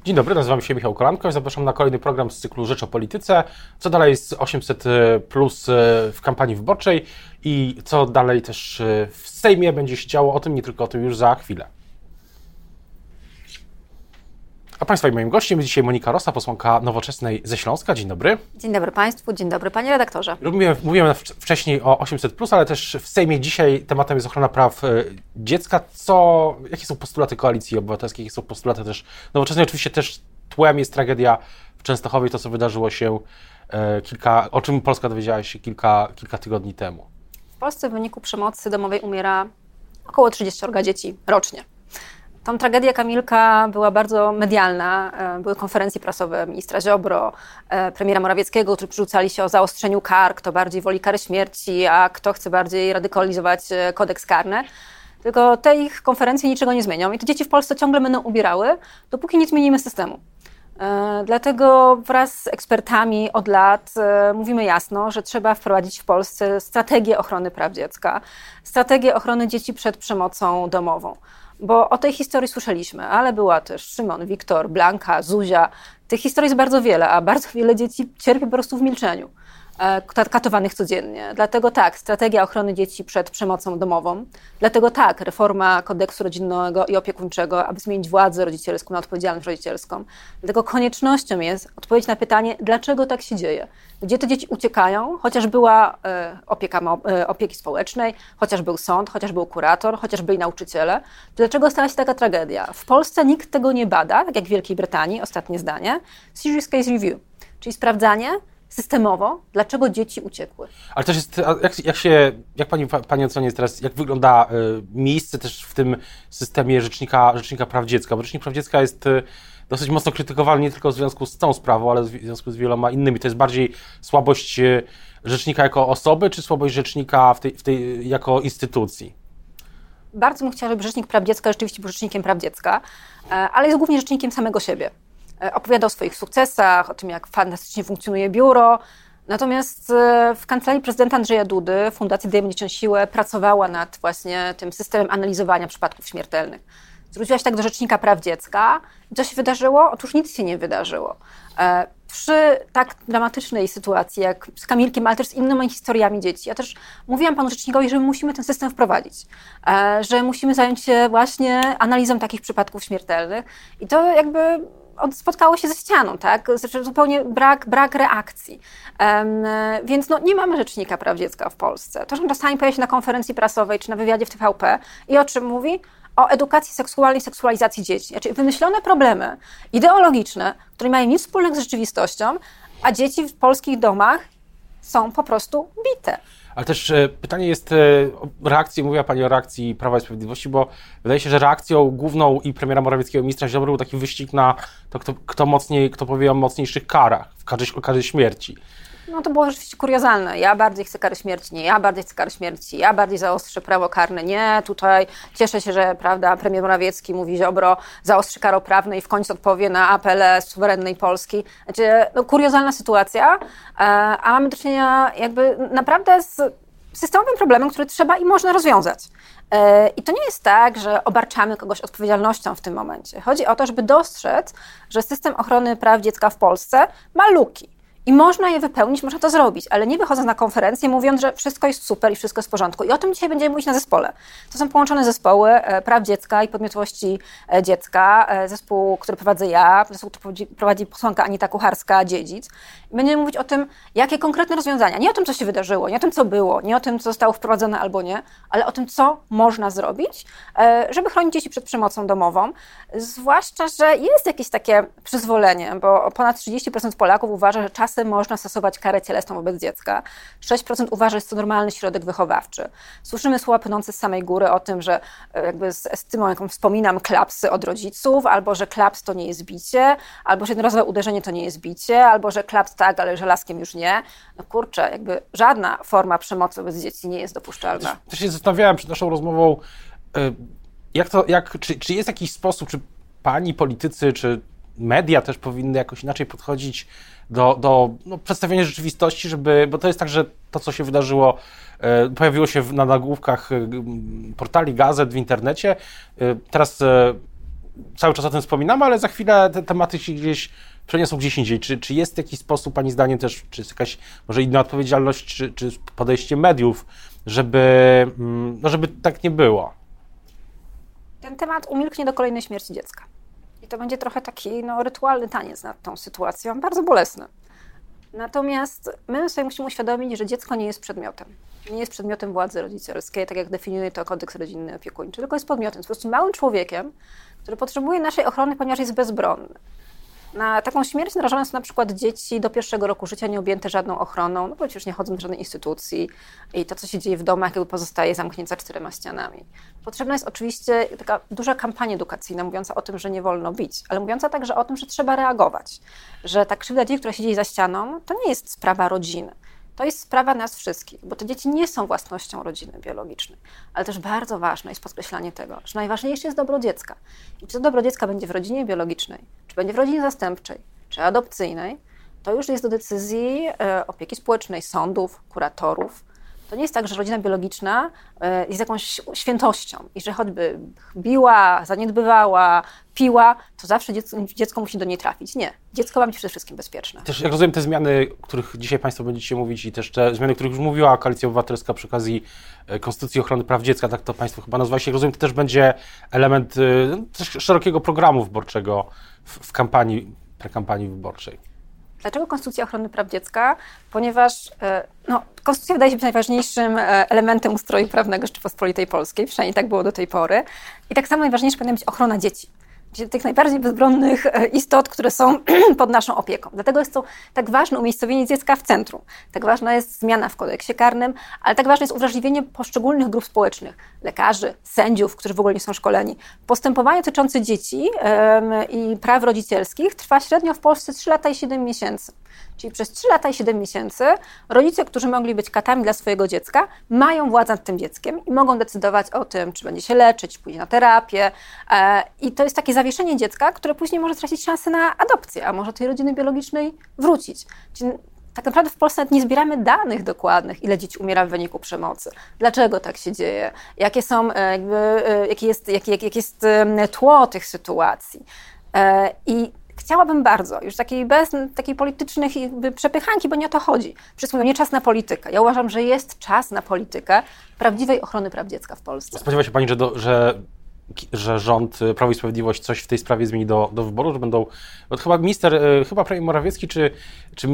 Dzień dobry, nazywam się Michał Kolanko i zapraszam na kolejny program z cyklu Rzecz o Polityce. Co dalej z 800 plus w kampanii wyborczej i co dalej też w Sejmie będzie się działo, o tym, nie tylko o tym już za chwilę. A Państwa i moim gościem jest dzisiaj Monika Rosa, posłanka Nowoczesnej ze Śląska. Dzień dobry. Dzień dobry Państwu, dzień dobry Panie redaktorze. Mówiłem wcześniej o 800+, ale też w Sejmie dzisiaj tematem jest ochrona praw dziecka. Jakie są postulaty Koalicji Obywatelskiej, jakie są postulaty też Nowoczesnej? Oczywiście też tłem jest tragedia w Częstochowie, to co wydarzyło się o czym Polska dowiedziała się kilka tygodni temu. W Polsce w wyniku przemocy domowej umiera około 30 dzieci rocznie. Tą tragedię Kamilka była bardzo medialna. Były konferencje prasowe ministra Ziobro, premiera Morawieckiego, którzy przerzucali się o zaostrzeniu kar, kto bardziej woli kary śmierci, a kto chce bardziej radykalizować kodeks karny. Tylko te ich konferencje niczego nie zmienią i te dzieci w Polsce ciągle będą umierały, dopóki nie zmienimy systemu. Dlatego wraz z ekspertami od lat mówimy jasno, że trzeba wprowadzić w Polsce strategię ochrony praw dziecka, strategię ochrony dzieci przed przemocą domową. Bo o tej historii słyszeliśmy, ale była też Szymon, Wiktor, Blanka, Zuzia. Tych historii jest bardzo wiele, a bardzo wiele dzieci cierpi po prostu w milczeniu, katowanych codziennie. Dlatego tak, strategia ochrony dzieci przed przemocą domową. Dlatego tak, reforma kodeksu rodzinnego i opiekuńczego, aby zmienić władzę rodzicielską na odpowiedzialność rodzicielską. Dlatego koniecznością jest odpowiedź na pytanie, dlaczego tak się dzieje. Gdzie te dzieci uciekają, chociaż była opieki społecznej, chociaż był sąd, chociaż był kurator, chociaż byli nauczyciele. Dlaczego stała się taka tragedia? W Polsce nikt tego nie bada, tak jak w Wielkiej Brytanii, ostatnie zdanie. Serious Case Review, czyli sprawdzanie systemowo, dlaczego dzieci uciekły. Ale też jest, jak pani ocenia teraz, jak wygląda miejsce też w tym systemie rzecznika praw dziecka? Bo Rzecznik Praw Dziecka jest dosyć mocno krytykowany nie tylko w związku z tą sprawą, ale w związku z wieloma innymi. To jest bardziej słabość rzecznika jako osoby, czy słabość rzecznika jako instytucji? Bardzo bym chciała, żeby Rzecznik Praw Dziecka rzeczywiście był rzecznikiem praw dziecka, ale jest głównie rzecznikiem samego siebie. Opowiada o swoich sukcesach, o tym, jak fantastycznie funkcjonuje biuro. Natomiast w Kancelarii Prezydenta Andrzeja Dudy Fundacja Dajemy Dzieciom Siłę pracowała nad właśnie tym systemem analizowania przypadków śmiertelnych. Zwróciła się tak do Rzecznika Praw Dziecka. I co się wydarzyło? Otóż nic się nie wydarzyło. Przy tak dramatycznej sytuacji, jak z Kamilkiem, ale też z innymi historiami dzieci. Ja też mówiłam panu rzecznikowi, że musimy ten system wprowadzić, że musimy zająć się właśnie analizą takich przypadków śmiertelnych. I to jakby spotkało się ze ścianą, tak? Znaczy zupełnie brak reakcji. Więc nie mamy Rzecznika Praw Dziecka w Polsce. To, że czasami pojawia się na konferencji prasowej czy na wywiadzie w TVP i o czym mówi? O edukacji seksualnej, seksualizacji dzieci. Znaczy wymyślone problemy ideologiczne, które mają nic wspólnego z rzeczywistością, a dzieci w polskich domach są po prostu bite. Ale też pytanie jest o reakcję, mówiła Pani o reakcji Prawa i Sprawiedliwości, bo wydaje się, że reakcją główną i premiera Morawieckiego, ministra Ziobry był taki wyścig na to, kto powie o mocniejszych karach, w karze śmierci. No to było rzeczywiście kuriozalne. Ja bardziej chcę kary śmierci, nie, ja bardziej chcę kary śmierci, ja bardziej zaostrzę prawo karne, nie, tutaj cieszę się, że prawda, premier Morawiecki mówi Ziobro zaostrzy karo prawne i w końcu odpowie na apele suwerennej Polski. Znaczy, kuriozalna sytuacja, a mamy do czynienia jakby naprawdę z systemowym problemem, który trzeba i można rozwiązać. I to nie jest tak, że obarczamy kogoś odpowiedzialnością w tym momencie. Chodzi o to, żeby dostrzec, że system ochrony praw dziecka w Polsce ma luki. I można je wypełnić, można to zrobić, ale nie wychodząc na konferencję, mówiąc, że wszystko jest super i wszystko jest w porządku. I o tym dzisiaj będziemy mówić na zespole. To są połączone zespoły praw dziecka i podmiotowości dziecka. Zespół, który prowadzę ja, zespół, który prowadzi posłanka Anita Kucharska-Dziedzic. I będziemy mówić o tym, jakie konkretne rozwiązania, nie o tym, co się wydarzyło, nie o tym, co było, nie o tym, co zostało wprowadzone albo nie, ale o tym, co można zrobić, żeby chronić dzieci przed przemocą domową. Zwłaszcza, że jest jakieś takie przyzwolenie, bo ponad 30% Polaków uważa, że czasem można stosować karę cielesną wobec dziecka. 6% uważa, że jest to normalny środek wychowawczy. Słyszymy słowa płynące z samej góry o tym, że jakby z estymą, jaką wspominam, klapsy od rodziców, albo że klaps to nie jest bicie, albo że jednorazowe uderzenie to nie jest bicie, albo że klaps tak, ale żelazkiem już nie. No kurczę, jakby żadna forma przemocy wobec dzieci nie jest dopuszczalna. Też się zastanawiałem przed naszą rozmową, czy jest jakiś sposób, czy pani politycy, czy media też powinny jakoś inaczej podchodzić do przedstawienia rzeczywistości, bo to jest tak, że to, co się wydarzyło, pojawiło się na nagłówkach portali, gazet, w internecie. Teraz cały czas o tym wspominamy, ale za chwilę te tematy się gdzieś przeniosą gdzieś indziej. Czy jest w jakiś sposób, pani zdaniem też, czy jest jakaś może inna odpowiedzialność, czy podejście mediów, żeby tak nie było? Ten temat umilknie do kolejnej śmierci dziecka. I to będzie trochę taki rytualny taniec nad tą sytuacją, bardzo bolesny. Natomiast my sobie musimy uświadomić, że dziecko nie jest przedmiotem. Nie jest przedmiotem władzy rodzicielskiej, tak jak definiuje to kodeks rodzinny i opiekuńczy, tylko jest podmiotem, jest po prostu małym człowiekiem, który potrzebuje naszej ochrony, ponieważ jest bezbronny. Na taką śmierć narażone są na przykład dzieci do 1. roku życia nieobjęte żadną ochroną, bo przecież nie chodzą do żadnej instytucji i to, co się dzieje w domach, jakby pozostaje zamknięte za 4 ścianami. Potrzebna jest oczywiście taka duża kampania edukacyjna mówiąca o tym, że nie wolno bić, ale mówiąca także o tym, że trzeba reagować, że ta krzywda dzieci, która się dzieje za ścianą, to nie jest sprawa rodziny. To jest sprawa nas wszystkich, bo te dzieci nie są własnością rodziny biologicznej. Ale też bardzo ważne jest podkreślanie tego, że najważniejsze jest dobro dziecka. I czy to dobro dziecka będzie w rodzinie biologicznej, czy będzie w rodzinie zastępczej, czy adopcyjnej, to już jest do decyzji opieki społecznej, sądów, kuratorów. To nie jest tak, że rodzina biologiczna jest jakąś świętością i że choćby biła, zaniedbywała, piła, to zawsze dziecko musi do niej trafić. Nie. Dziecko ma być przede wszystkim bezpieczne. Też jak rozumiem te zmiany, o których dzisiaj państwo będziecie mówić i też te zmiany, o których już mówiła Koalicja Obywatelska przy okazji Konstytucji Ochrony Praw Dziecka, tak to państwo chyba nazwali się, jak rozumiem, to też będzie element też szerokiego programu wyborczego w kampanii, prekampanii wyborczej. Dlaczego Konstytucja Ochrony Praw Dziecka? Ponieważ Konstytucja wydaje się być najważniejszym elementem ustroju prawnego Rzeczypospolitej Polskiej, przynajmniej tak było do tej pory. I tak samo najważniejsza powinna być ochrona dzieci. Czyli tych najbardziej bezbronnych istot, które są pod naszą opieką. Dlatego jest to tak ważne umiejscowienie dziecka w centrum. Tak ważna jest zmiana w kodeksie karnym, ale tak ważne jest uwrażliwienie poszczególnych grup społecznych, lekarzy, sędziów, którzy w ogóle nie są szkoleni. Postępowanie dotyczące dzieci i praw rodzicielskich trwa średnio w Polsce 3 lata i 7 miesięcy. Czyli przez 3 lata i 7 miesięcy rodzice, którzy mogli być katami dla swojego dziecka, mają władzę nad tym dzieckiem i mogą decydować o tym, czy będzie się leczyć, pójdzie na terapię. I to jest takie zawieszenie dziecka, które później może stracić szansę na adopcję, a może tej rodziny biologicznej wrócić. Czyli tak naprawdę w Polsce nawet nie zbieramy danych dokładnych, ile dzieci umiera w wyniku przemocy. Dlaczego tak się dzieje? Jakie jest tło tych sytuacji? I chciałabym bardzo, już bez takiej politycznych przepychanki, bo nie o to chodzi. Przysłowie, nie czas na politykę. Ja uważam, że jest czas na politykę prawdziwej ochrony praw dziecka w Polsce. Spodziewa się pani, że rząd Prawo i Sprawiedliwość coś w tej sprawie zmieni do wyboru, że będą... Chyba premier Morawiecki czy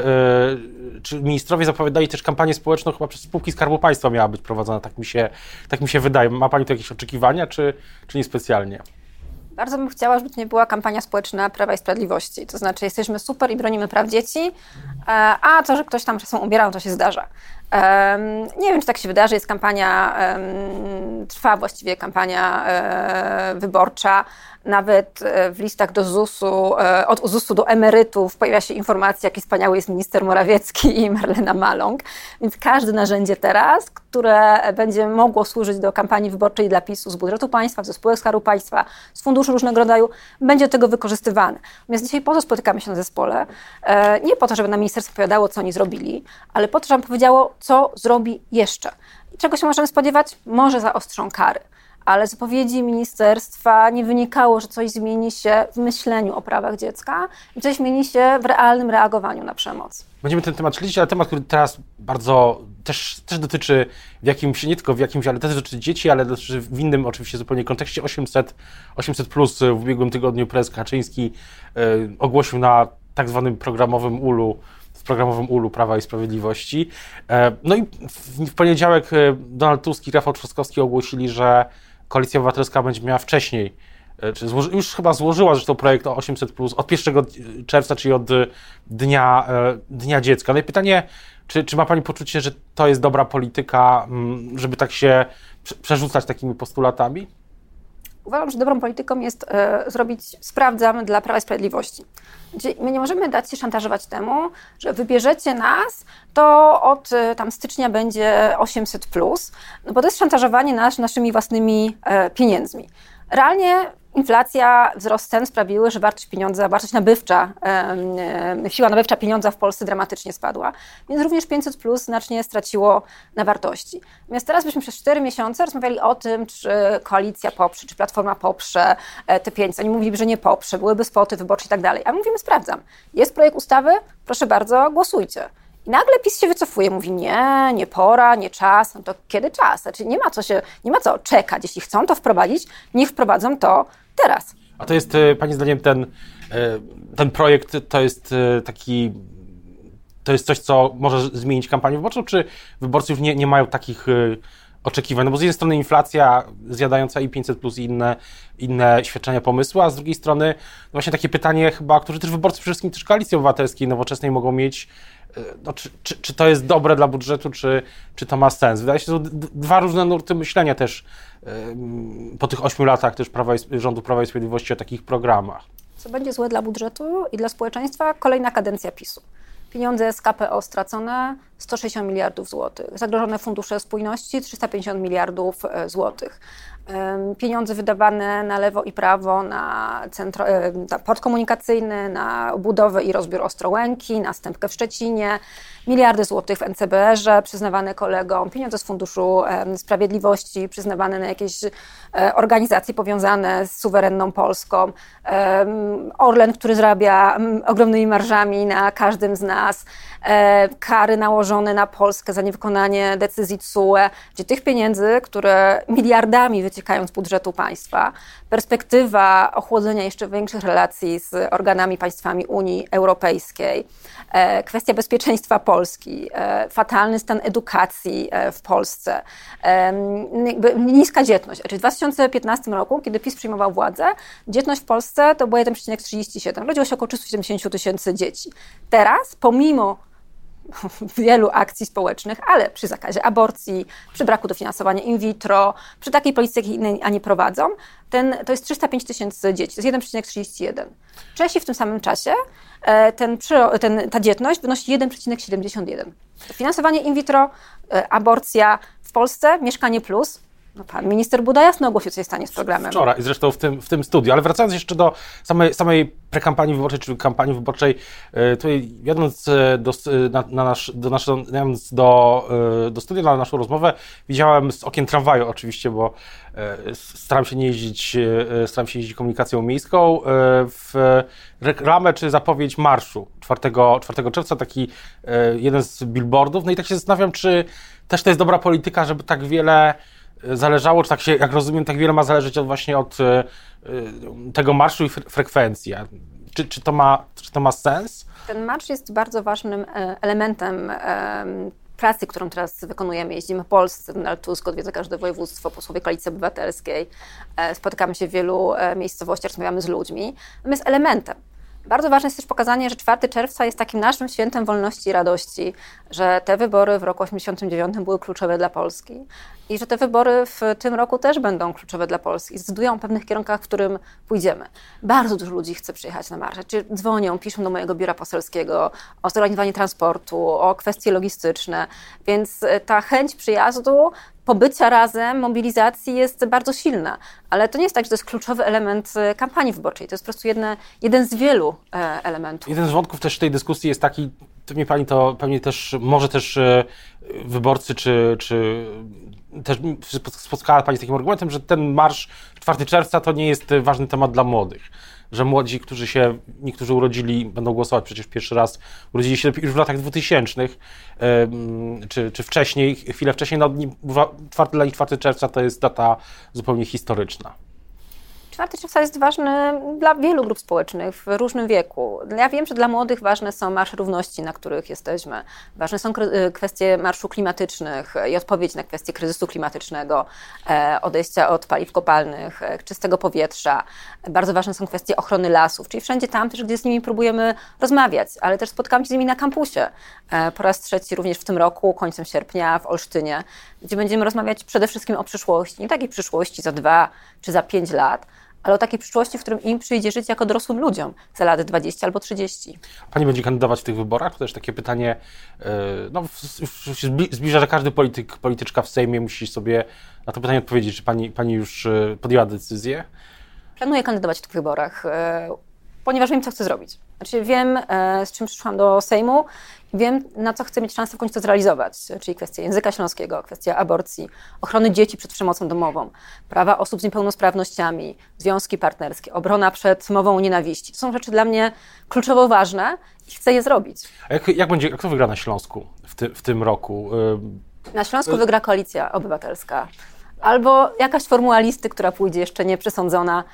ministrowie zapowiadali też kampanię społeczną, chyba przez spółki Skarbu Państwa miała być prowadzona, tak mi się wydaje. Ma pani tu jakieś oczekiwania, czy niespecjalnie? Bardzo bym chciała, żeby to nie była kampania społeczna Prawa i Sprawiedliwości. To znaczy, jesteśmy super i bronimy praw dzieci, a to, że ktoś tam czasem umiera, to się zdarza. Nie wiem, czy tak się wydarzy. Jest kampania, trwa właściwie kampania wyborcza. Nawet w listach do ZUS-u, od ZUS-u do emerytów pojawia się informacja, jaki wspaniały jest minister Morawiecki i Marlena Maląg. Więc każde narzędzie teraz, które będzie mogło służyć do kampanii wyborczej dla PiS-u z budżetu państwa, ze spółek Skarbu Państwa, z funduszy różnego rodzaju, będzie do tego wykorzystywane. Natomiast dzisiaj po to spotykamy się na zespole, nie po to, żeby nam ministerstwo opowiadało, co oni zrobili, ale po to, żeby powiedziało, co zrobi jeszcze. I czego się możemy spodziewać? Może zaostrzą kary. Ale z wypowiedzi ministerstwa nie wynikało, że coś zmieni się w myśleniu o prawach dziecka i coś zmieni się w realnym reagowaniu na przemoc. Będziemy ten temat śledzić, ale temat, który teraz bardzo też dotyczy nie tylko w jakimś, ale też dotyczy dzieci, ale dotyczy w innym oczywiście zupełnie kontekście 800+. W ubiegłym tygodniu prezes Kaczyński ogłosił na tak zwanym programowym ulu Prawa i Sprawiedliwości. No i w poniedziałek Donald Tusk i Rafał Trzaskowski ogłosili, że Koalicja Obywatelska będzie miała wcześniej, już chyba złożyła zresztą projekt o 800+, od 1 czerwca, czyli od Dnia Dziecka. No i pytanie, czy ma pani poczucie, że to jest dobra polityka, żeby tak się przerzucać takimi postulatami? Uważam, że dobrą polityką jest sprawdzam dla Prawa i Sprawiedliwości. My nie możemy dać się szantażować temu, że wybierzecie nas, to od stycznia będzie 800+, no bo to jest szantażowanie naszymi własnymi pieniędzmi. Realnie inflacja, wzrost cen sprawiły, że wartość pieniądza, wartość nabywcza, siła nabywcza pieniądza w Polsce dramatycznie spadła, więc również 500+ znacznie straciło na wartości. Natomiast teraz byśmy przez 4 miesiące rozmawiali o tym, czy koalicja poprze, czy Platforma poprze te 500. Oni mówili, że nie poprze, byłyby spoty wyborcze i tak dalej. A my mówimy, sprawdzam. Jest projekt ustawy, proszę bardzo, głosujcie. I nagle PiS się wycofuje, mówi nie pora, nie czas. No to kiedy czas? Znaczy nie ma co czekać. Jeśli chcą to wprowadzić, niech wprowadzą to teraz. A to jest, pani zdaniem, ten projekt to jest coś, co może zmienić kampanię wyborczą, czy wyborcy już nie mają takich oczekiwań? No bo z jednej strony inflacja zjadająca i 500+ i inne świadczenia, pomysły, a z drugiej strony no właśnie takie pytanie chyba, które też wyborcy przede wszystkim też Koalicji Obywatelskiej, Nowoczesnej mogą mieć, no, czy to jest dobre dla budżetu, czy to ma sens? Wydaje się, że są dwa różne nurty myślenia też po tych 8 latach też rządu Prawa i Sprawiedliwości o takich programach. Co będzie złe dla budżetu i dla społeczeństwa? Kolejna kadencja PiS-u. Pieniądze z KPO stracone, 160 miliardów złotych. Zagrożone fundusze spójności, 350 miliardów złotych. Pieniądze wydawane na lewo i prawo na port komunikacyjny, na budowę i rozbiór Ostrołęki, na Stępkę w Szczecinie, miliardy złotych w NCBR-ze przyznawane kolegom, pieniądze z Funduszu Sprawiedliwości przyznawane na jakieś organizacje powiązane z suwerenną Polską, Orlen, który zarabia ogromnymi marżami na każdym z nas, kary nałożone na Polskę za niewykonanie decyzji TSUE, gdzie tych pieniędzy, które miliardami wyciekają z budżetu państwa, perspektywa ochłodzenia jeszcze większych relacji z organami państwami Unii Europejskiej, kwestia bezpieczeństwa Polski, fatalny stan edukacji w Polsce, niska dzietność. Znaczy w 2015 roku, kiedy PiS przyjmował władzę, dzietność w Polsce to była 1,37. Rodziło się około 370 000 dzieci. Teraz, pomimo wielu akcji społecznych, ale przy zakazie aborcji, przy braku dofinansowania in vitro, przy takiej polityce, jakiej inne nie prowadzą, to jest 305 000 dzieci, to jest 1,31. Czesi w tym samym czasie ta dzietność wynosi 1,71. Finansowanie in vitro, aborcja w Polsce, Mieszkanie Plus. No pan minister Buda jasno ogłosił, co się stanie z programem. Wczoraj, zresztą w tym studiu. Ale wracając jeszcze do samej prekampanii wyborczej, czy kampanii wyborczej, tutaj jadąc do studia na naszą rozmowę, widziałem z okien tramwaju oczywiście, bo staram się nie jeździć komunikacją miejską, w reklamę czy zapowiedź marszu 4 czerwca, taki jeden z billboardów. No i tak się zastanawiam, czy też to jest dobra polityka, żeby tak wiele zależało, czy tak się, jak rozumiem, tak wiele ma zależeć od tego marszu i frekwencji. Czy to ma sens? Ten marsz jest bardzo ważnym elementem pracy, którą teraz wykonujemy. Jeździmy w Polsce, Donald Tusk odwiedza każde województwo, posłowie Koalicji Obywatelskiej, spotykamy się w wielu miejscowościach, rozmawiamy z ludźmi. Jest elementem. Bardzo ważne jest też pokazanie, że 4 czerwca jest takim naszym świętem wolności i radości, że te wybory w roku 1989 były kluczowe dla Polski i że te wybory w tym roku też będą kluczowe dla Polski. Zdecydują o pewnych kierunkach, w którym pójdziemy. Bardzo dużo ludzi chce przyjechać na marsz. Dzwonią, piszą do mojego biura poselskiego o zorganizowanie transportu, o kwestie logistyczne, więc ta chęć przyjazdu, pobycia razem, mobilizacji jest bardzo silna, ale to nie jest tak, że to jest kluczowy element kampanii wyborczej, to jest po prostu jeden z wielu elementów. Jeden z wątków też tej dyskusji jest taki, pewnie pani to, pewnie też, może też wyborcy, czy też spotkała pani z takim argumentem, że ten marsz 4 czerwca to nie jest ważny temat dla młodych. Że młodzi, którzy się, niektórzy urodzili, będą głosować przecież pierwszy raz, urodzili się już w latach 2000, czy wcześniej, chwilę wcześniej, no dla nich 4 czerwca to jest data zupełnie historyczna. 4 czerwca jest ważny dla wielu grup społecznych w różnym wieku. Ja wiem, że dla młodych ważne są marsze równości, na których jesteśmy. Ważne są kwestie marszu klimatycznych i odpowiedź na kwestie kryzysu klimatycznego, odejścia od paliw kopalnych, czystego powietrza. Bardzo ważne są kwestie ochrony lasów, czyli wszędzie tam też, gdzie z nimi próbujemy rozmawiać, ale też spotkam się z nimi na kampusie. Po raz 3 również w tym roku, końcem sierpnia w Olsztynie, gdzie będziemy rozmawiać przede wszystkim o przyszłości. Nie takiej przyszłości za 2 czy za 5 lat, ale o takiej przyszłości, w którym im przyjdzie żyć jako dorosłym ludziom za lat 20 albo 30. Pani będzie kandydować w tych wyborach? To też takie pytanie, no się zbliża, że każdy polityczka w Sejmie musi sobie na to pytanie odpowiedzieć. Czy pani już podjęła decyzję? Planuję kandydować w tych wyborach, ponieważ wiem, co chcę zrobić. Znaczy wiem, z czym przyszłam do Sejmu i wiem, na co chcę mieć szansę w końcu to zrealizować, czyli kwestia języka śląskiego, kwestia aborcji, ochrony dzieci przed przemocą domową, prawa osób z niepełnosprawnościami, związki partnerskie, obrona przed mową nienawiści. To są rzeczy dla mnie kluczowo ważne i chcę je zrobić. A jak to wygra na Śląsku w tym roku? Na Śląsku wygra Koalicja Obywatelska. Albo jakaś formuła listy, która pójdzie jeszcze nieprzesądzona,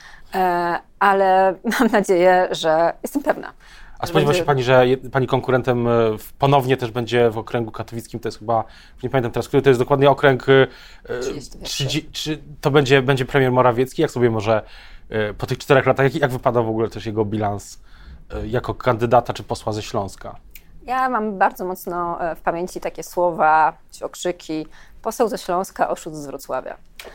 ale mam nadzieję, że jestem pewna. A spodziewa się Pani, że Pani konkurentem ponownie też będzie w okręgu katowickim, to jest chyba, nie pamiętam teraz, który to jest dokładnie okręg, czy to będzie premier Morawiecki? Jak sobie może po tych 4 latach, jak wypada w ogóle też jego bilans jako kandydata czy posła ze Śląska? Ja mam bardzo mocno w pamięci takie słowa, czy okrzyki, poseł ze Śląska, oszust z Wrocławia.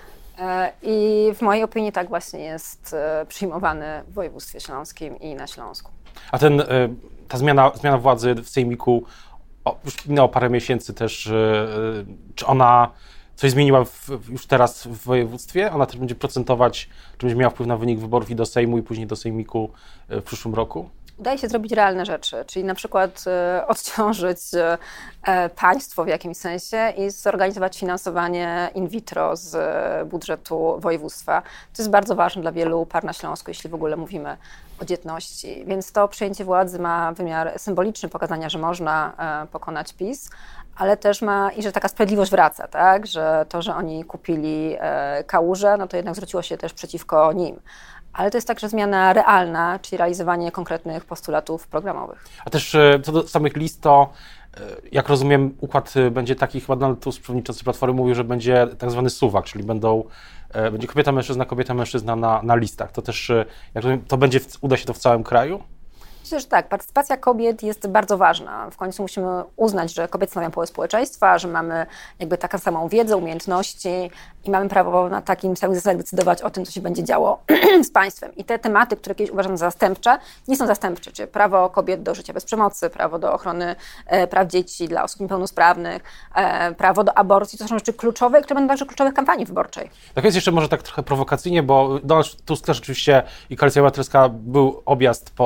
I w mojej opinii tak właśnie jest przyjmowany w województwie śląskim i na Śląsku. A ta zmiana władzy w Sejmiku, już minęło parę miesięcy też, czy ona coś zmieniła już teraz w województwie? Ona też będzie procentować, czy będzie miała wpływ na wynik wyborów i do Sejmu, i później do Sejmiku w przyszłym roku? Udaje się zrobić realne rzeczy, czyli na przykład odciążyć państwo w jakimś sensie i zorganizować finansowanie in vitro z budżetu województwa. To jest bardzo ważne dla wielu par na Śląsku, jeśli w ogóle mówimy o dzietności. Więc to przejęcie władzy ma wymiar symboliczny, pokazania, że można pokonać PiS, ale też ma i że taka sprawiedliwość wraca, tak? Że to, że oni kupili Kałużę, no to jednak zwróciło się też przeciwko nim. Ale to jest także zmiana realna, czyli realizowanie konkretnych postulatów programowych. A też co do samych list, to jak rozumiem, układ będzie taki, chyba Donald Tusk, przewodniczący Platformy, mówił, że będzie tak zwany suwak, czyli będzie kobieta, mężczyzna na listach. To też, jak rozumiem, uda się to w całym kraju? Myślę, że tak. Partycypacja kobiet jest bardzo ważna. W końcu musimy uznać, że kobiety stanowią połowę społeczeństwa, że mamy jakby taką samą wiedzę, umiejętności i mamy prawo na takim samym zasadach decydować o tym, co się będzie działo z państwem. I te tematy, które kiedyś uważam za zastępcze, nie są zastępcze, czyli prawo kobiet do życia bez przemocy, prawo do ochrony praw dzieci dla osób niepełnosprawnych, prawo do aborcji. To są rzeczy kluczowe, które będą także kluczowe w kampanii wyborczej. Tak jest jeszcze może tak trochę prowokacyjnie, bo Donald Tusk też oczywiście i Koalicja Obywatelska był objazd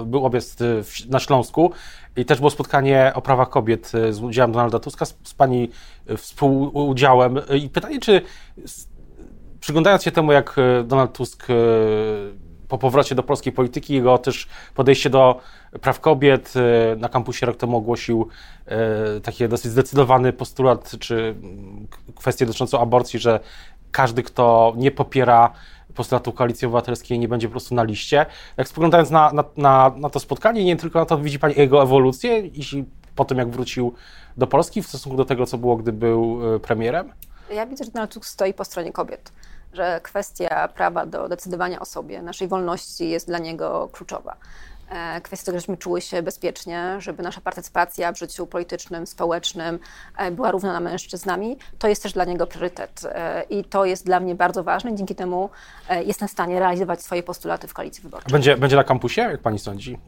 na Śląsku i też było spotkanie o prawach kobiet z udziałem Donalda Tuska, z Pani współudziałem. I pytanie, czy przyglądając się temu, jak Donald Tusk po powrocie do polskiej polityki, jego też podejście do praw kobiet na kampusie rok temu ogłosił taki dosyć zdecydowany postulat, czy kwestię dotyczącą aborcji, że każdy, kto nie popiera postulatu Koalicji Obywatelskiej, nie będzie po prostu na liście. Jak spoglądając na to spotkanie, nie tylko na to, widzi Pani jego ewolucję po tym, jak wrócił do Polski w stosunku do tego, co było, gdy był premierem? Ja widzę, że Donald Tusk stoi po stronie kobiet, że kwestia prawa do decydowania o sobie, naszej wolności jest dla niego kluczowa. Kwestia tego, żebyśmy czuły się bezpiecznie, żeby nasza partycypacja w życiu politycznym, społecznym była równa na mężczyznami, to jest też dla niego priorytet i to jest dla mnie bardzo ważne. Dzięki temu jestem w stanie realizować swoje postulaty w koalicji wyborczej. Będzie na kampusie, jak Pani sądzi?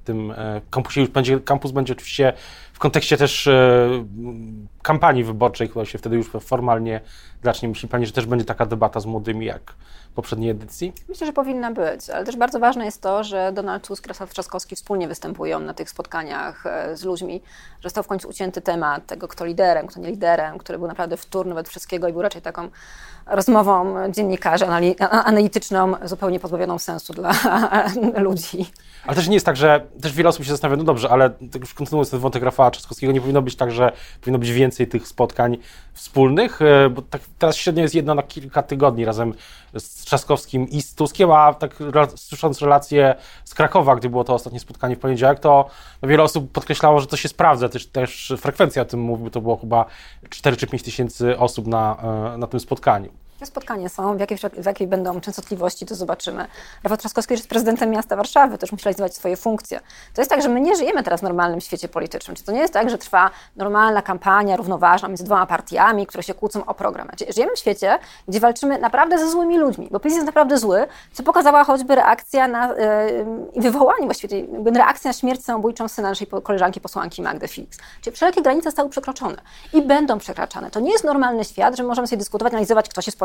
Kampus będzie oczywiście w kontekście też kampanii wyborczej, która się wtedy już formalnie zacznie. Myśli Pani, że też będzie taka debata z młodymi jak w poprzedniej edycji? Myślę, że powinna być, ale też bardzo ważne jest to, że Donald Tusk i Jarosław Trzaskowski wspólnie występują na tych spotkaniach z ludźmi, że został w końcu ucięty temat tego, kto liderem, kto nie liderem, który był naprawdę wtórny wobec wszystkiego i był raczej taką rozmową dziennikarzy analityczną, zupełnie pozbawioną sensu dla ludzi. Ale też nie jest tak, że też wiele osób się zastanawia, no dobrze, ale tak już kontynuując ten wątek Rafała Trzaskowskiego, nie powinno być tak, że powinno być więcej tych spotkań wspólnych, bo tak teraz średnio jest jedno na kilka tygodni razem z Trzaskowskim i z Tuskiem, a tak słysząc relacje z Krakowa, gdzie było to ostatnie spotkanie w poniedziałek, to wiele osób podkreślało, że to się sprawdza, też frekwencja o tym mówi, to było chyba 4 czy 5 tysięcy osób na tym spotkaniu. Te spotkania są, w jakiej będą częstotliwości, to zobaczymy. Rafał Trzaskowski jest prezydentem miasta Warszawy, też musi realizować swoje funkcje. To jest tak, że my nie żyjemy teraz w normalnym świecie politycznym. Czy to nie jest tak, że trwa normalna kampania równoważna między 2 partiami, które się kłócą o program? Znaczy, żyjemy w świecie, gdzie walczymy naprawdę ze złymi ludźmi, bo PiS jest naprawdę zły, co pokazała choćby reakcja i wywołanie właściwie reakcja na śmierć samobójczą syna naszej koleżanki posłanki Magdy Felix. Czyli wszelkie granice zostały przekroczone i będą przekraczane. To nie jest normalny świat, że możemy sobie dyskutować, analizować, kto się spotkał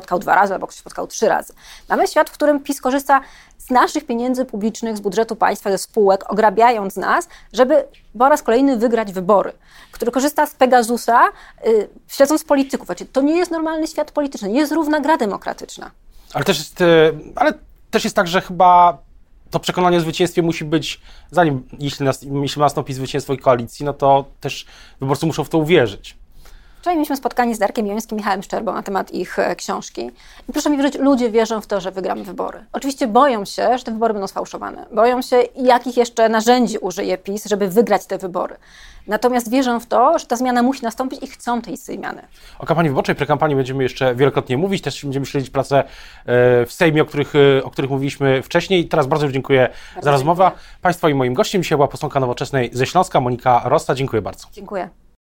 spotkał 2 razy, albo ktoś się spotkał 3 razy. Mamy świat, w którym PiS korzysta z naszych pieniędzy publicznych, z budżetu państwa, ze spółek, ograbiając nas, żeby po raz kolejny wygrać wybory, który korzysta z Pegasusa, śledząc polityków. To nie jest normalny świat polityczny, nie jest równa gra demokratyczna. Ale też jest tak, że chyba to przekonanie o zwycięstwie musi być, jeśli nastąpi zwycięstwo koalicji, no to też wyborcy muszą w to uwierzyć. Wczoraj mieliśmy spotkanie z Darkiem Jońskim i Michałem Szczerbą na temat ich książki. I proszę mi wierzyć, ludzie wierzą w to, że wygramy wybory. Oczywiście boją się, że te wybory będą sfałszowane. Boją się, jakich jeszcze narzędzi użyje PiS, żeby wygrać te wybory. Natomiast wierzą w to, że ta zmiana musi nastąpić i chcą tej zmiany. O kampanii wyborczej, prekampanii będziemy jeszcze wielokrotnie mówić. Też będziemy śledzić pracę w Sejmie, o których mówiliśmy wcześniej. Teraz bardzo już dziękuję za rozmowę. Państwa i moim gościem dzisiaj była posłanka Nowoczesnej ze Śląska, Monika Rosta. Dziękuję bardzo. Dziękuję.